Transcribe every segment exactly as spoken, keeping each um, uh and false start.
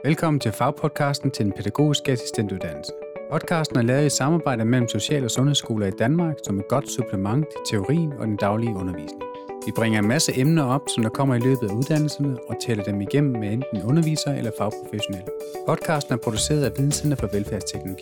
Velkommen til fagpodcasten til den pædagogiske assistentuddannelse. Podcasten er lavet i samarbejde mellem Social- og Sundhedsskoler i Danmark som et godt supplement til teorien og den daglige undervisning. Vi bringer en masse emner op, som der kommer i løbet af uddannelserne, og tæller dem igennem med enten undervisere eller fagprofessionelle. Podcasten er produceret af Videnscenter for Velfærdsteknologi.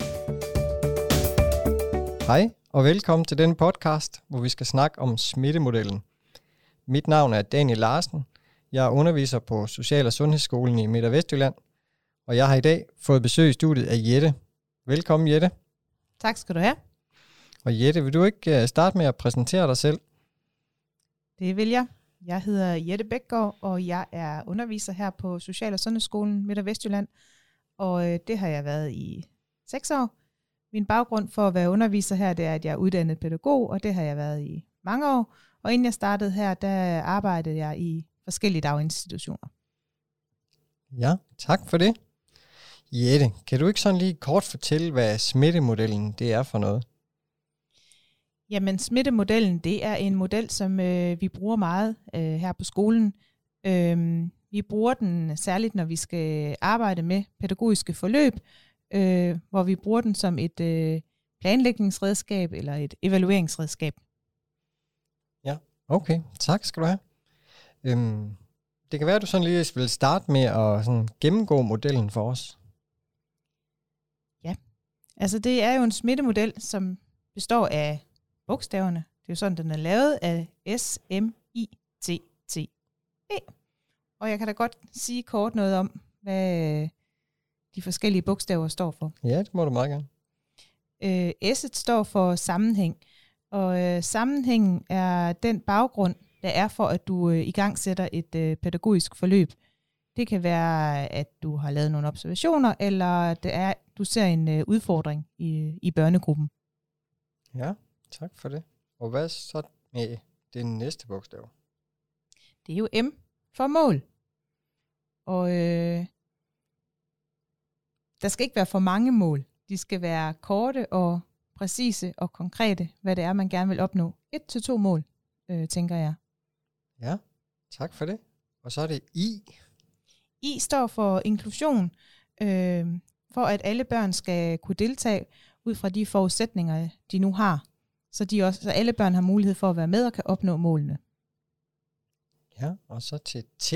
Hej og velkommen til denne podcast, hvor vi skal snakke om smittemodellen. Mit navn er Daniel Larsen. Jeg er underviser på Social- og Sundhedsskolen i Midt- og Vestjylland, og jeg har i dag fået besøg i studiet af Jette. Velkommen, Jette. Tak skal du have. Og Jette, vil du ikke starte med at præsentere dig selv? Det vil jeg. Jeg hedder Jette Bækgaard, og jeg er underviser her på Social- og Sundhedsskolen Midt- og Vestjylland, og det har jeg været i seks år. Min baggrund for at være underviser her, det er, at jeg er uddannet pædagog, og det har jeg været i mange år. Og inden jeg startede her, der arbejdede jeg i forskellige daginstitutioner. Ja, tak for det. Jette, kan du ikke sådan lige kort fortælle, hvad smittemodellen det er for noget? Jamen, smittemodellen, det er en model, som øh, vi bruger meget øh, her på skolen. Øh, vi bruger den særligt, når vi skal arbejde med pædagogiske forløb, øh, hvor vi bruger den som et øh, planlægningsredskab eller et evalueringsredskab. Ja, okay. Tak skal du have. Øhm, det kan være, at du sådan lige vil starte med at sådan gennemgå modellen for os. Ja, altså det er jo en smittemodel, som består af bogstaverne. Det er jo sådan, den er lavet af S M I T T E. Og jeg kan da godt sige kort noget om, hvad de forskellige bogstaver står for. Ja, det må du meget gerne. Øh, S'et står for sammenhæng, og øh, sammenhængen er den baggrund, der er for, at du øh, i gang sætter et øh, pædagogisk forløb. Det kan være, at du har lavet nogle observationer, eller det er, du ser en øh, udfordring i, i børnegruppen. Ja, tak for det. Og hvad så med det næste bogstav? Det er jo M for mål. Og øh, der skal ikke være for mange mål. De skal være korte og præcise og konkrete, hvad det er, man gerne vil opnå. Et til to mål, øh, tænker jeg. Ja, tak for det. Og så er det I. I står for inklusion, øh, for at alle børn skal kunne deltage ud fra de forudsætninger, de nu har. Så, de også, så alle børn har mulighed for at være med og kan opnå målene. Ja, og så til T.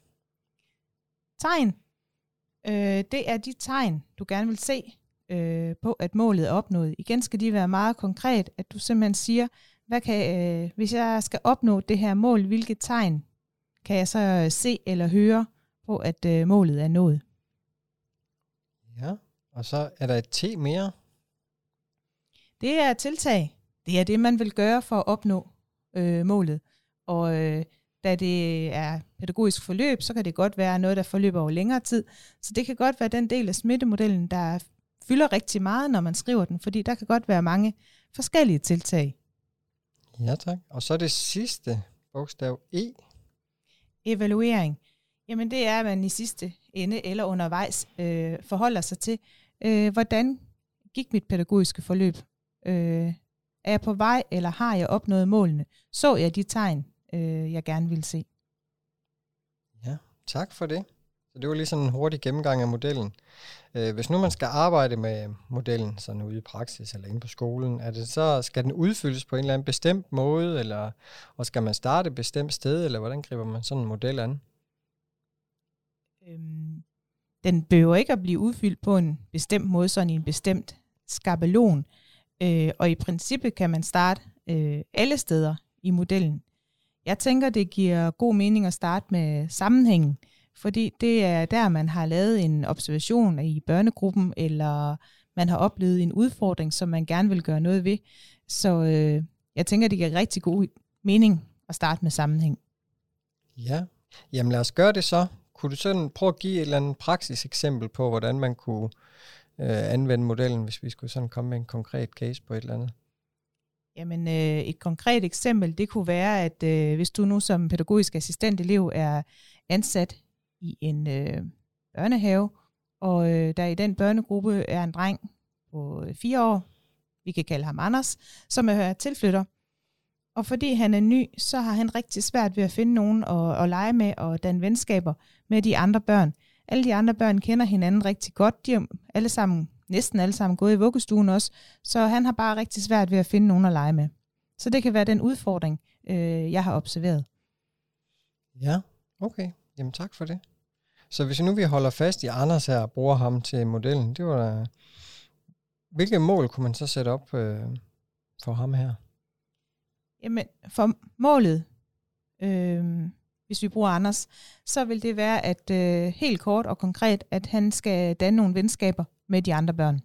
Tegn. Øh, det er de tegn, du gerne vil se øh, på, at målet er opnået. Igen skal de være meget konkret, at du simpelthen siger, hvad kan, øh, hvis jeg skal opnå det her mål, hvilke tegn kan jeg så se eller høre på, at øh, målet er nået. Ja, og så er der et T mere. Det er tiltag. Det er det, man vil gøre for at opnå øh, målet. Og øh, da det er pædagogisk forløb, så kan det godt være noget, der forløber over længere tid. Så det kan godt være den del af smittemodellen, der fylder rigtig meget, når man skriver den, fordi der kan godt være mange forskellige tiltag. Ja, tak. Og så det sidste bogstav E. Evaluering. Jamen det er, at man i sidste ende eller undervejs øh, forholder sig til, øh, hvordan gik mit pædagogiske forløb? Øh, er jeg på vej, eller har jeg opnået målene? Så jeg de tegn, øh, jeg gerne vil se? Ja, tak for det. Så det var lige sådan en hurtig gennemgang af modellen. Øh, hvis nu man skal arbejde med modellen sådan ude i praksis eller inde på skolen, er det så, skal den udfyldes på en eller anden bestemt måde, eller og skal man starte et bestemt sted, eller hvordan griber man sådan en model an? Øhm, den behøver ikke at blive udfyldt på en bestemt måde, sådan i en bestemt skabelon. Øh, og i princippet kan man starte øh, alle steder i modellen. Jeg tænker, det giver god mening at starte med sammenhængen, fordi det er der, man har lavet en observation i børnegruppen, eller man har oplevet en udfordring, som man gerne vil gøre noget ved. Så øh, jeg tænker, det giver rigtig god mening at starte med sammenhæng. Ja, jamen lad os gøre det så. Kunne du sådan prøve at give et eller andet praksiseksempel på, hvordan man kunne øh, anvende modellen, hvis vi skulle sådan komme med en konkret case på et eller andet? Jamen øh, et konkret eksempel, det kunne være, at øh, hvis du nu som pædagogisk assistentelev er ansat i en øh, børnehave, og øh, der i den børnegruppe er en dreng på fire år, vi kan kalde ham Anders, som er tilflytter. Og fordi han er ny, så har han rigtig svært ved at finde nogen at, at lege med og danne venskaber med de andre børn. Alle de andre børn kender hinanden rigtig godt. De er alle sammen, næsten alle sammen gået i vuggestuen også, så han har bare rigtig svært ved at finde nogen at lege med. Så det kan være den udfordring, øh, jeg har observeret. Ja, okay. Jamen tak for det. Så hvis nu vi holder fast i Anders her og bruger ham til modellen, det var da... Hvilke mål kunne man så sætte op øh, for ham her? Jamen, for målet, øh, hvis vi bruger Anders, så vil det være, at øh, helt kort og konkret, at han skal danne nogle venskaber med de andre børn.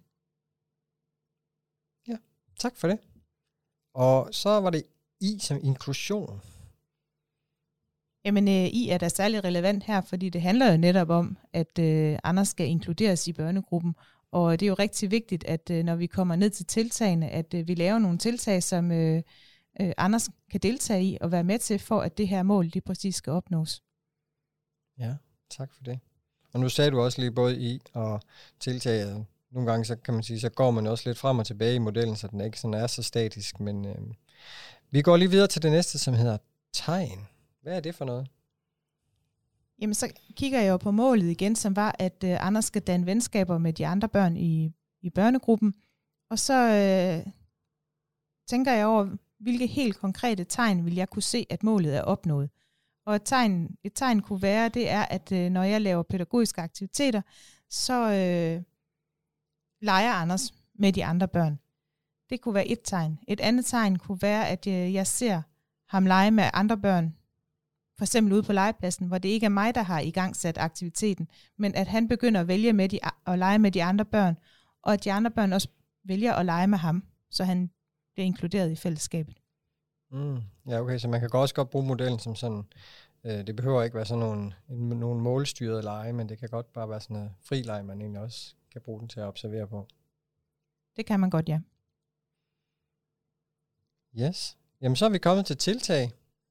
Ja, tak for det. Og så var det I som inklusion. Jamen, øh, I er da særlig relevant her, fordi det handler jo netop om, at øh, Anders skal inkluderes i børnegruppen. Og det er jo rigtig vigtigt, at øh, når vi kommer ned til tiltagene, at øh, vi laver nogle tiltag, som øh, øh, Anders kan deltage i og være med til, for at det her mål lige præcis skal opnås. Ja, tak for det. Og nu sagde du også lige både I og tiltaget. Nogle gange, så kan man sige, så går man også lidt frem og tilbage i modellen, så den ikke sådan er så statisk. Men øh, vi går lige videre til det næste, som hedder tegn. Hvad er det for noget? Jamen, så kigger jeg jo på målet igen, som var, at øh, Anders skal danne venskaber med de andre børn i, i børnegruppen. Og så øh, tænker jeg over, hvilke helt konkrete tegn vil jeg kunne se, at målet er opnået. Og et tegn, et tegn kunne være, det er, at øh, når jeg laver pædagogiske aktiviteter, så øh, leger Anders med de andre børn. Det kunne være et tegn. Et andet tegn kunne være, at øh, jeg ser ham lege med andre børn, for eksempel ude på legepladsen, hvor det ikke er mig, der har igangsat aktiviteten, men at han begynder at vælge med de, at lege med de andre børn, og at de andre børn også vælger at lege med ham, så han bliver inkluderet i fællesskabet. Mm, ja, okay, så man kan også godt bruge modellen som sådan, øh, det behøver ikke være sådan nogle, nogle målstyrede lege, men det kan godt bare være sådan noget fri leg, man egentlig også kan bruge den til at observere på. Det kan man godt, ja. Yes. Jamen, så er vi kommet til tiltag.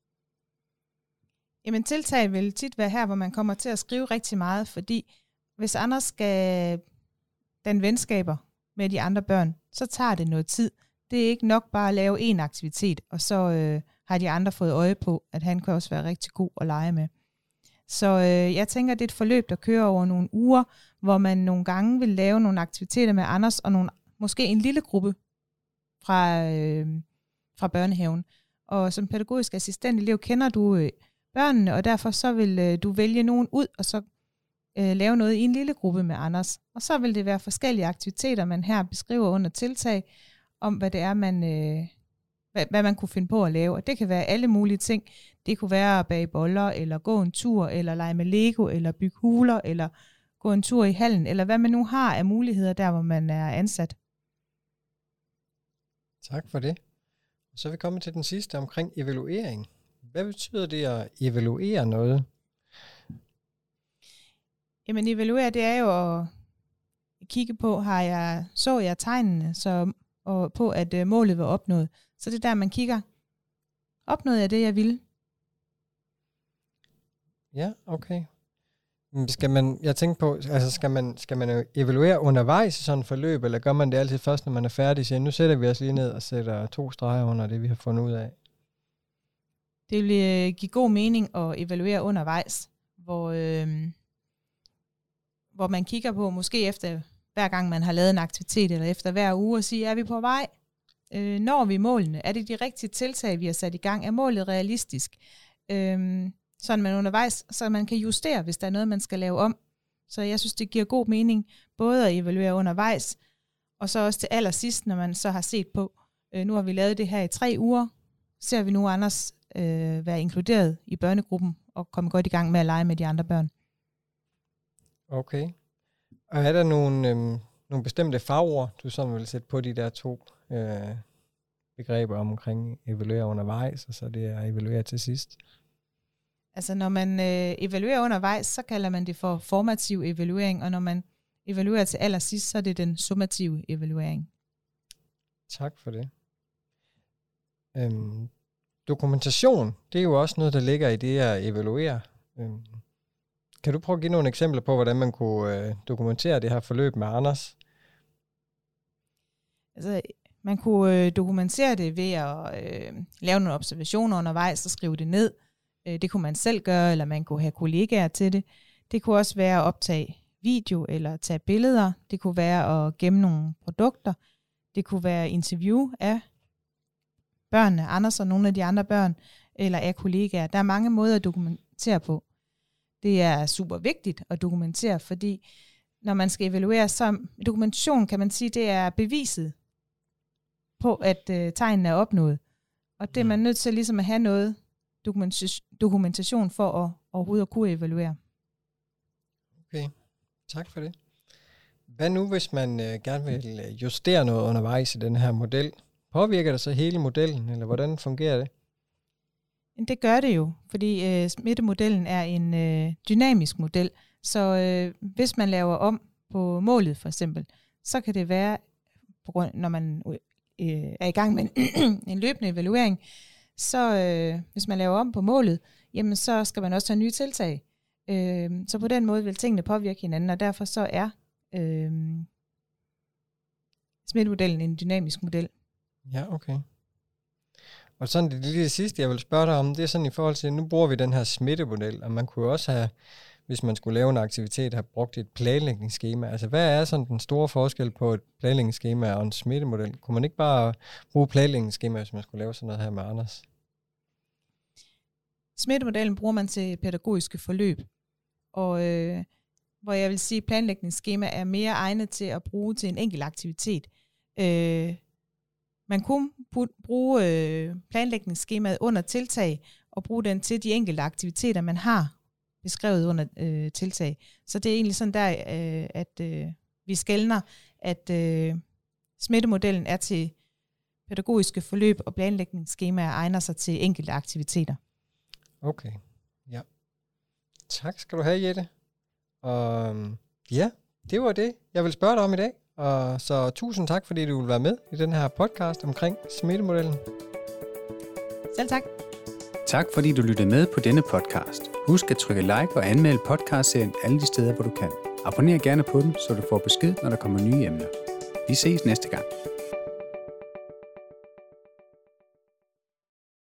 Jamen, tiltag vil tit være her, hvor man kommer til at skrive rigtig meget, fordi hvis Anders skal danne venskaber med de andre børn, så tager det noget tid. Det er ikke nok bare at lave en aktivitet, og så øh, har de andre fået øje på, at han kan også være rigtig god at lege med. Så øh, jeg tænker, det er et forløb, der kører over nogle uger, hvor man nogle gange vil lave nogle aktiviteter med Anders, og nogle, måske en lille gruppe fra, øh, fra børnehaven. Og som pædagogisk assistent elev kender du øh, børnene, og derfor så vil øh, du vælge nogen ud, og så øh, lave noget i en lille gruppe med Anders. Og så vil det være forskellige aktiviteter, man her beskriver under tiltag, om hvad det er, man, øh, hvad, hvad man kunne finde på at lave. Og det kan være alle mulige ting. Det kunne være at bage boller, eller gå en tur, eller lege med Lego, eller bygge huler, eller gå en tur i hallen, eller hvad man nu har af muligheder der, hvor man er ansat. Tak for det. Så er vi kommet til den sidste omkring evaluering. Hvad betyder det at evaluere noget? Jamen evaluere, det er jo at kigge på, har jeg, så jeg tegnene, så, og på at uh, målet var opnået. Så det er der, man kigger, opnåede jeg det, jeg ville? Ja, okay. Skal man, jeg tænker på, altså skal man, skal man evaluere undervejs i sådan et forløb, eller gør man det altid først, når man er færdig? Så nu sætter vi os lige ned og sætter to streger under det, vi har fundet ud af. Det vil give god mening at evaluere undervejs, hvor, øh, hvor man kigger på, måske efter hver gang man har lavet en aktivitet, eller efter hver uge, og siger, er vi på vej? Øh, når vi målene? Er det de rigtige tiltag, vi har sat i gang? Er målet realistisk? Øh, sådan man undervejs, så man kan justere, hvis der er noget, man skal lave om. Så jeg synes, det giver god mening, både at evaluere undervejs, og så også til allersidst, når man så har set på, øh, nu har vi lavet det her i tre uger, ser vi nu Anders øh, være inkluderet i børnegruppen, og komme godt i gang med at lege med de andre børn. Okay. Og er der nogle, øhm, nogle bestemte fagord, du så vil sætte på de der to øh, begreber omkring evaluere undervejs, og så det er evaluere til sidst? Altså når man øh, evaluerer undervejs, så kalder man det for formativ evaluering, og når man evaluerer til allersidst, så er det den summative evaluering. Tak for det. Øhm, dokumentation, det er jo også noget, der ligger i det at evaluere. Øhm, kan du prøve at give nogle eksempler på, hvordan man kunne øh, dokumentere det her forløb med Anders? Altså, man kunne øh, dokumentere det ved at øh, lave nogle observationer undervejs og skrive det ned. Det kunne man selv gøre, eller man kunne have kollegaer til det. Det kunne også være at optage video eller tage billeder. Det kunne være at gemme nogle produkter. Det kunne være interview af børnene, Anders og nogle af de andre børn, eller af kollegaer. Der er mange måder at dokumentere på. Det er super vigtigt at dokumentere, fordi når man skal evaluere, så dokumentation, kan man sige, det er beviset på, at øh, tegnene er opnået. Og det er man nødt til ligesom at have noget dokumentation for at overhovedet at kunne evaluere. Okay, tak for det. Hvad nu, hvis man øh, gerne vil justere noget undervejs i den her model? Påvirker det så hele modellen, eller hvordan fungerer det? Det gør det jo, fordi øh, smittemodellen er en øh, dynamisk model. Så øh, hvis man laver om på målet for eksempel, så kan det være, på grund, når man øh, er i gang med en, en løbende evaluering, så øh, hvis man laver om på målet, jamen så skal man også tage nye tiltag. Øh, så på den måde vil tingene påvirke hinanden, og derfor så er øh, smittemodellen en dynamisk model. Ja, okay. Og sådan det lille sidste, jeg vil spørge dig om, det er sådan i forhold til, nu bruger vi den her smittemodel, og man kunne også have, hvis man skulle lave en aktivitet, have brugt et planlægningsskema. Altså, hvad er sådan den store forskel på et planlægningsskema og en smittemodel? Kunne man ikke bare bruge planlægningsskema, hvis man skulle lave sådan noget her med Anders? Smittemodellen bruger man til pædagogiske forløb, og øh, hvor jeg vil sige, at planlægningsskema er mere egnet til at bruge til en enkelt aktivitet. Øh, man kunne bruge øh, planlægningsskemaet under tiltag, og bruge den til de enkelte aktiviteter, man har beskrevet under øh, tiltag. Så det er egentlig sådan der, øh, at øh, vi skelner, at øh, smittemodellen er til pædagogiske forløb, og planlægningsskemaer egner sig til enkelte aktiviteter. Okay, ja. Tak skal du have, Jette. Og ja, det var det, jeg vil spørge dig om i dag. Og så tusind tak, fordi du vil være med i den her podcast omkring smittemodellen. Selv tak. Tak fordi du lyttede med på denne podcast. Husk at trykke like og anmelde podcastserien alle de steder, hvor du kan. Abonner gerne på den, så du får besked, når der kommer nye emner. Vi ses næste gang.